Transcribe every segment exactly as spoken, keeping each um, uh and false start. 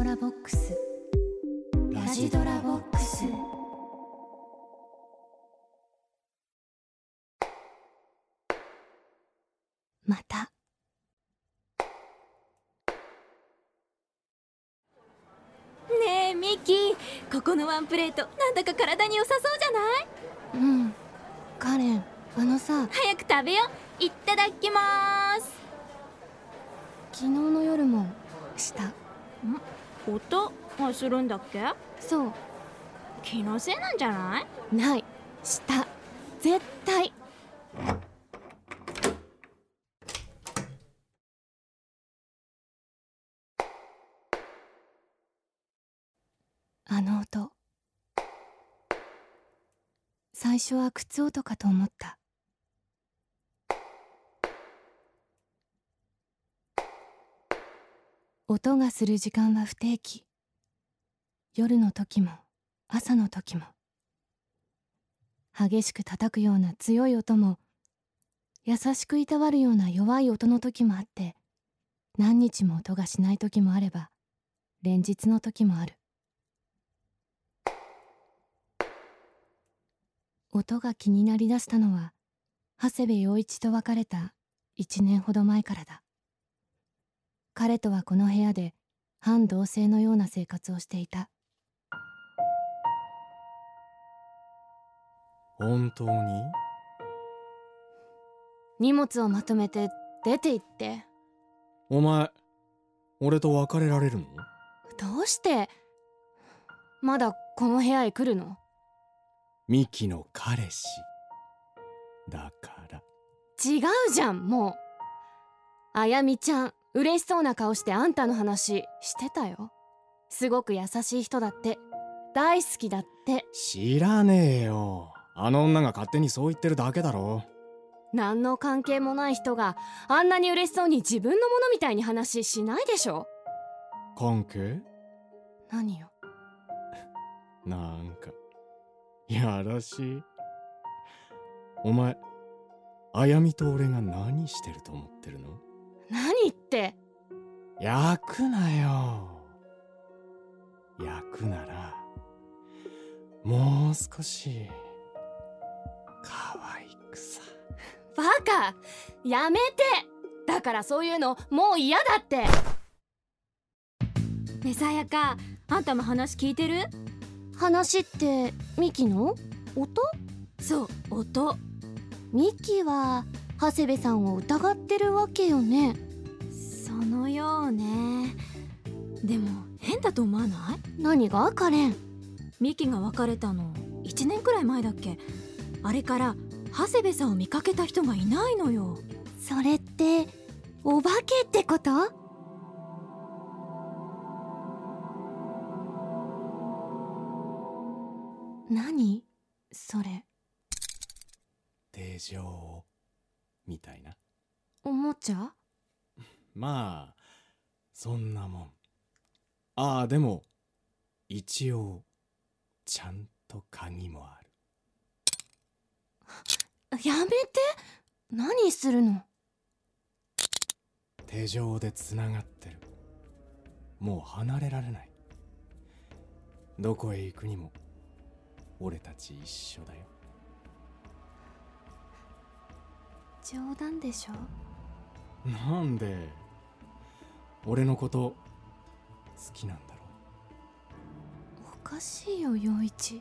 ラボックス、ラジドラボックス。またねえミキ、ここのワンプレートなんだか体に良さそうじゃない？ うん。カレン、あのさ、 早く食べよう。いただきまーす。 昨日の夜もした。 ん？音がするんだっけ？ そう。 気のせいなんじゃない？ ない。した。絶対。あの音、最初は靴音かと思った。音がする時間は不定期。夜の時も朝の時も。激しく叩くような強い音も、優しくいたわるような弱い音の時もあって、何日も音がしない時もあれば、連日の時もある。音が気になりだしたのは、長谷部陽一と別れた一年ほど前からだ。彼とはこの部屋で半同棲のような生活をしていた。 本当に？ 荷物をまとめて出て行って。 お前、俺と別れられるの？ どうしてまだこの部屋へ来るの？ ミキの彼氏だから。 違うじゃん、もう。あやみちゃん、嬉しそうな顔してあんたの話してたよ。すごく優しい人だって、大好きだって。 知らねえよ。あの女が勝手にそう言ってるだけだろ。 何の関係もない人があんなに嬉しそうに自分のものみたいに話しないでしょ。 関係？ 何よ。 なんかやらしい。お前、あやみと俺が何してると思ってるの？ 何って。 焼くなよ。焼くならもう少し可愛くさ。 バカ、やめて。だからそういうのもう嫌だって。 ねえさやか、あんたも話聞いてる？ 話ってミキの音？ そう、音。 ミキは長谷部さんを疑ってるわけよね。 そのようね。でも変だと思わない？ 何が？カレン。 ミキが別れたのいちねんくらい前だっけ？あれから長谷部さんを見かけた人がいないのよ。 それってお化けってこと？何それ？ 手錠みたいな。 おもちゃ？ まあそんなもん。ああ、でも一応ちゃんと鍵もある。 やめて。何するの？ 手錠でつながってる。もう離れられない。どこへ行くにも俺たち一緒だよ。 冗談でしょ？ なんで？俺のこと好きなんだろおかしいよ陽一。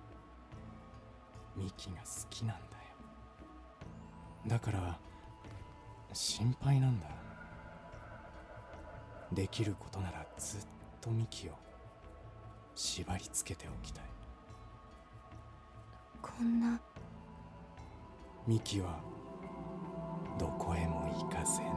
う。ミキが好きなんだよ。だから心配なんだ。できることならずっとミキを縛り付けておきたい。 こんな。 ミキはどこへも行かせない。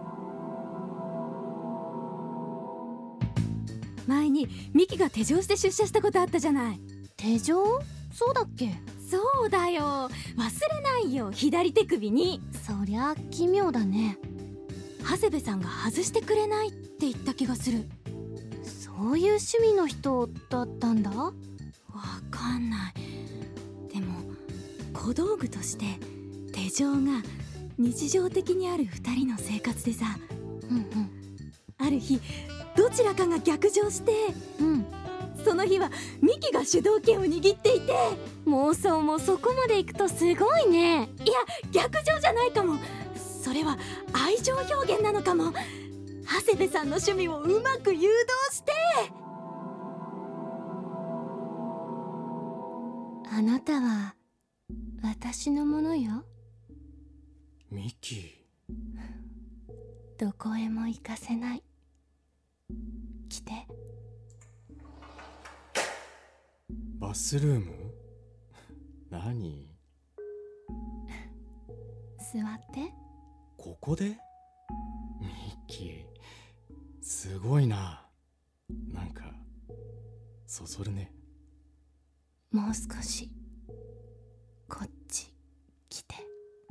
前にミキが手錠して出社したことあったじゃない。 手錠？そうだっけ？ そうだよ、忘れないよ。左手首に。 そりゃ奇妙だね。 長谷部さんが外してくれないって言った気がする。 そういう趣味の人だったんだ。 わかんない。でも小道具として手錠が日常的にある二人の生活でさ。 うんうん。 ある日どちらかが逆上して、 うん、 その日はミキが主導権を握っていて。 妄想もそこまで行くとすごいね。 いや、逆上じゃないかも。それは愛情表現なのかも。長谷部さんの趣味をうまく誘導して。 あなたは私のものよ。 ミキ、 どこへも行かせない。来て。 バスルーム？何？ 座って。 ここで？ミキ、すごいな。なんかそそるね。 もう少しこっち来て。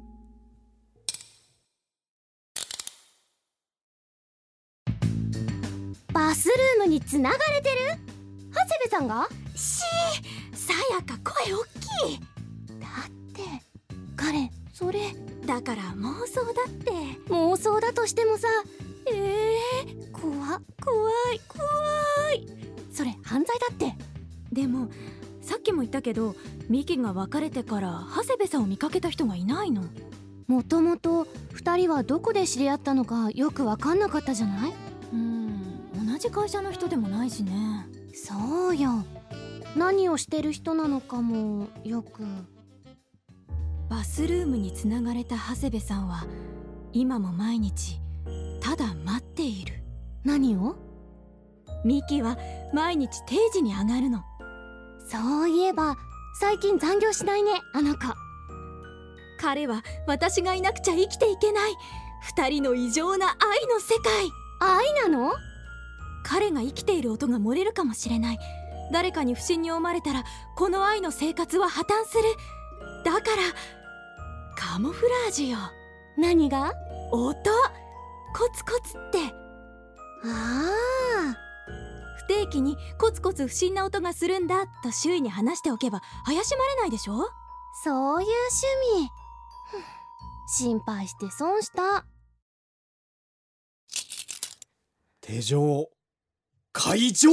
バスルームにつながれてる？長谷部さんが？ しー、さやか声おっきい。 だってカレン、それだから妄想だって。 妄想だとしてもさ、えー、怖怖い怖い。それ犯罪だって。 でもさっきも言ったけど、ミキが別れてから長谷部さんを見かけた人がいないの。 もともとふたりはどこで知り合ったのかよく分かんなかったじゃない？ うーん、同じ会社の人でもないしね。 そうよ。何をしてる人なのかもよく。 バスルームにつながれた長谷部さんは今も毎日ただ待っている。 何を？ ミキは毎日定時に上がるの。 そういえば最近残業しないね、あの子。 彼は私がいなくちゃ生きていけない。二人の異常な愛の世界。 愛なの？ 彼が生きている音が漏れるかもしれない。誰かに不審に思われたらこの愛の生活は破綻する。だからカモフラージュよ。 何が？ 音、コツコツって。 ああ、 不定期にコツコツ不審な音がするんだと周囲に話しておけば怪しまれないでしょ。 そういう趣味。心配して損した。 手錠解錠。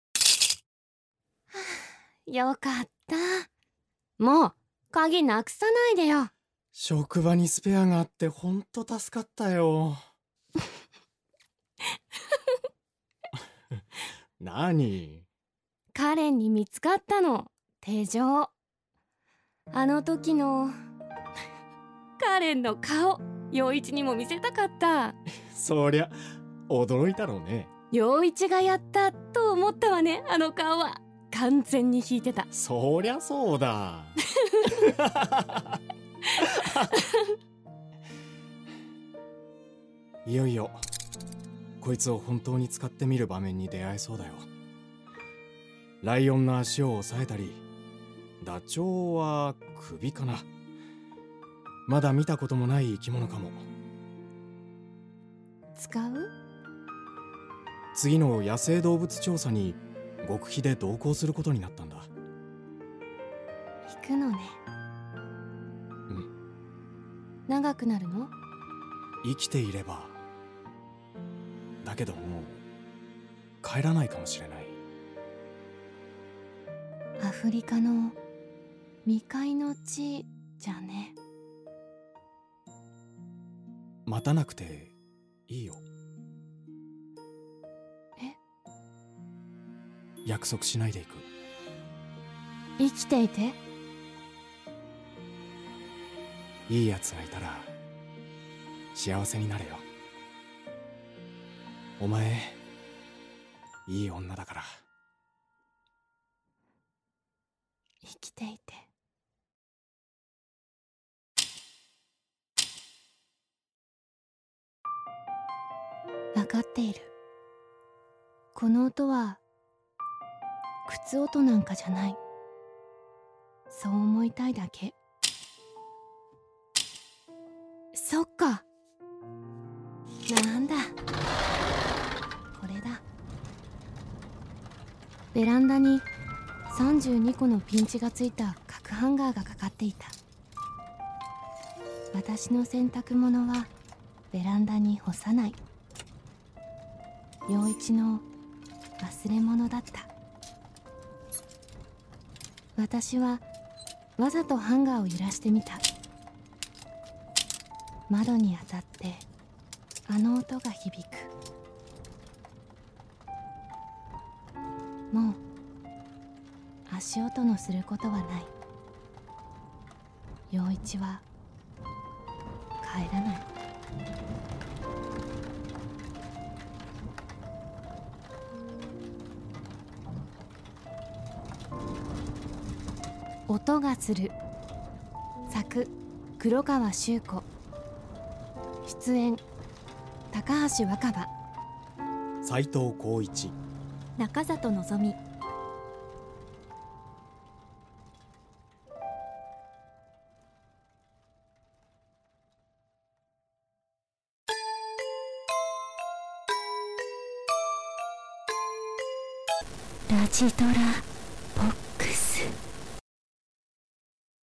よかった。もう鍵なくさないでよ。 職場にスペアがあってほんと助かったよ。何？ カレンに見つかったの、手錠。あの時のカレンの顔、陽一にも見せたかった。 そりゃ驚いたろうね。 陽一がやったと思ったわね。あの顔は完全に引いてた。 そりゃそうだ。いよいよこいつを本当に使ってみる場面に出会えそうだよ。ライオンの足を押さえたり、ダチョウは首かな。まだ見たこともない生き物かも。 使う？ 次の野生動物調査に極秘で同行することになったんだ。 行くのね。 うん。 長くなるの？ 生きていれば。だけどもう帰らないかもしれない。 アフリカの未開の地じゃね。 待たなくていいよ。 え？ 約束しないでいく。 生きていて。 いいやつがいたら幸せになれよ。お前いい女だから。 生きていて。分かっている。この音は靴音なんかじゃない。そう思いたいだけ。そっか。なんだこれだ。ベランダにさんじゅうにこのピンチがついた角ハンガーがかかっていた。私の洗濯物はベランダに干さない。 陽一の忘れ物だった。私はわざとハンガーを揺らしてみた。窓に当たってあの音が響く。もう足音のすることはない。陽一は帰らない。音がする。作黒川修子。出演高橋若葉、 斉藤浩一、 中里のぞみ。 ラジドラポッ